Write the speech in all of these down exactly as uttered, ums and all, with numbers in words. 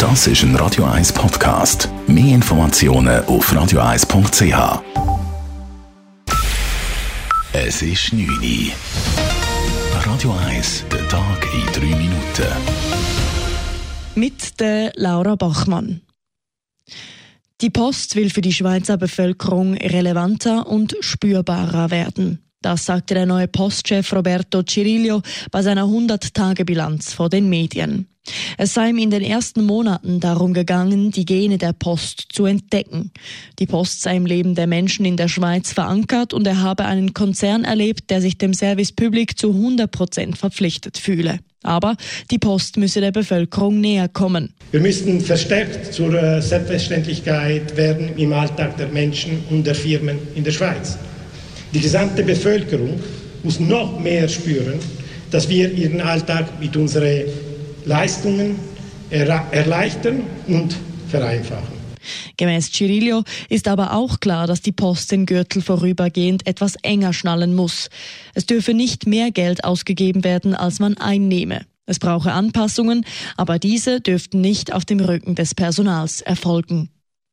Das ist ein Radio eins Podcast. Mehr Informationen auf radio eins punkt c h. Es ist neun Uhr. Radio eins, der Tag in drei Minuten. Mit der Laura Bachmann. Die Post will für die Schweizer Bevölkerung relevanter und spürbarer werden. Das sagte der neue Postchef Roberto Cirillo bei seiner hundert-Tage-Bilanz vor den Medien. Es sei ihm in den ersten Monaten darum gegangen, die Gene der Post zu entdecken. Die Post sei im Leben der Menschen in der Schweiz verankert und er habe einen Konzern erlebt, der sich dem Service Public zu hundert Prozent verpflichtet fühle. Aber die Post müsse der Bevölkerung näher kommen. Wir müssten verstärkt zur äh, Selbstverständlichkeit werden im Alltag der Menschen und der Firmen in der Schweiz. Die gesamte Bevölkerung muss noch mehr spüren, dass wir ihren Alltag mit unseren Leistungen er- erleichtern und vereinfachen. Gemäß Cirillo ist aber auch klar, dass die Post den Gürtel vorübergehend etwas enger schnallen muss. Es dürfe nicht mehr Geld ausgegeben werden, als man einnehme. Es brauche Anpassungen, aber diese dürften nicht auf dem Rücken des Personals erfolgen.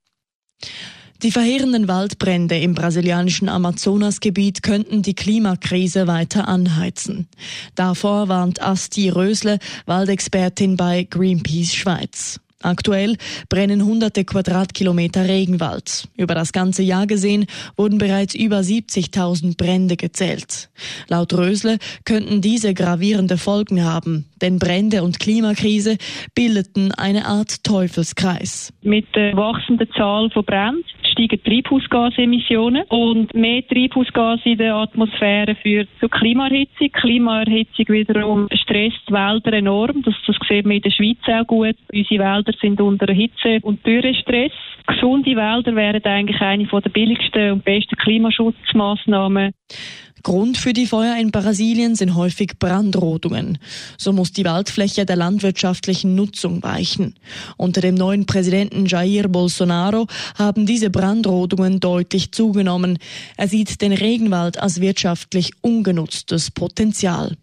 Die verheerenden Waldbrände im brasilianischen Amazonasgebiet könnten die Klimakrise weiter anheizen. Davor warnt Asti Rösle, Waldexpertin bei Greenpeace Schweiz. Aktuell brennen hunderte Quadratkilometer Regenwald. Über das ganze Jahr gesehen wurden bereits über siebzigtausend Brände gezählt. Laut Rösle könnten diese gravierende Folgen haben, denn Brände und Klimakrise bildeten eine Art Teufelskreis. Mit der wachsenden Zahl von Bränden steigen Treibhausgasemissionen und mehr Treibhausgase in der Atmosphäre führt zu Klimaerhitzung. Klimaerhitzung wiederum stresst die Wälder enorm. Das, das sieht man in der Schweiz auch gut. Unsere Wälder sind unter Hitze- und Dürrestress. Gesunde Wälder wären eigentlich eine der billigsten und besten Klimaschutzmaßnahmen. Grund für die Feuer in Brasilien sind häufig Brandrodungen. So muss die Waldfläche der landwirtschaftlichen Nutzung weichen. Unter dem neuen Präsidenten Jair Bolsonaro haben diese Brandrodungen deutlich zugenommen. Er sieht den Regenwald als wirtschaftlich ungenutztes Potenzial.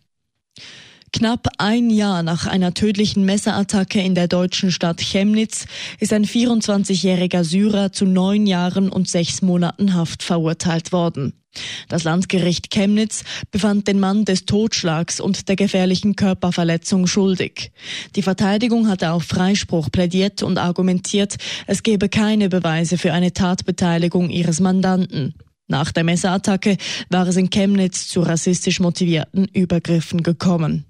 Knapp ein Jahr nach einer tödlichen Messerattacke in der deutschen Stadt Chemnitz ist ein vierundzwanzigjähriger Syrer zu neun Jahren und sechs Monaten Haft verurteilt worden. Das Landgericht Chemnitz befand den Mann des Totschlags und der gefährlichen Körperverletzung schuldig. Die Verteidigung hatte auf Freispruch plädiert und argumentiert, es gebe keine Beweise für eine Tatbeteiligung ihres Mandanten. Nach der Messerattacke war es in Chemnitz zu rassistisch motivierten Übergriffen gekommen.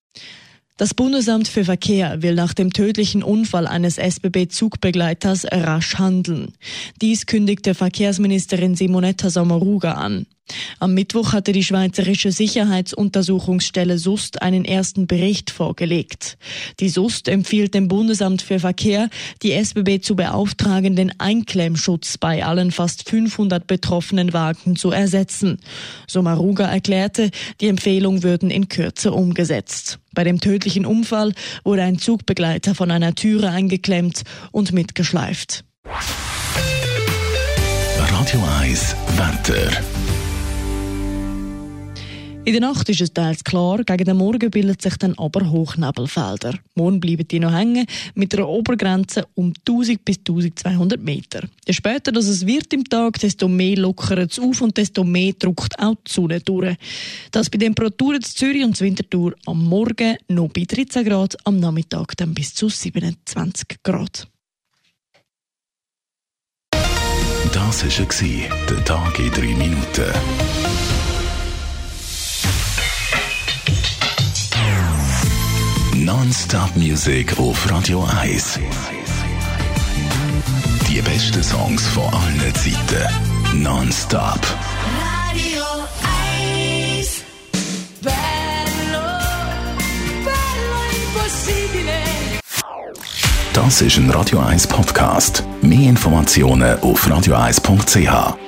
Das Bundesamt für Verkehr will nach dem tödlichen Unfall eines S B B-Zugbegleiters rasch handeln. Dies kündigte Verkehrsministerin Simonetta Sommaruga an. Am Mittwoch hatte die Schweizerische Sicherheitsuntersuchungsstelle S U S T einen ersten Bericht vorgelegt. Die S U S T empfiehlt dem Bundesamt für Verkehr, die S B B zu beauftragen, den Einklemmschutz bei allen fast fünfhundert betroffenen Wagen zu ersetzen. Sommaruga erklärte, die Empfehlung würden in Kürze umgesetzt. Bei dem tödlichen Unfall wurde ein Zugbegleiter von einer Türe eingeklemmt und mitgeschleift. Radio eins Wetter. In der Nacht ist es teils klar, gegen den Morgen bilden sich dann aber Hochnebelfelder. Morgen bleiben die noch hängen, mit einer Obergrenze um tausend bis tausendzweihundert Meter. Je später dass es wird im Tag, desto mehr lockert es auf und desto mehr drückt auch die Sonne durch. Das bei Temperaturen in Zürich und Winterthur am Morgen noch bei dreizehn Grad, am Nachmittag dann bis zu siebenundzwanzig Grad. Das war der Tag in drei Minuten. Non-Stop-Musik auf Radio eins. Die besten Songs von allen Zeiten. Non-Stop. Radio eins. Bello, bello impossibile. Das ist ein Radio eins Podcast. Mehr Informationen auf radio eins punkt c h.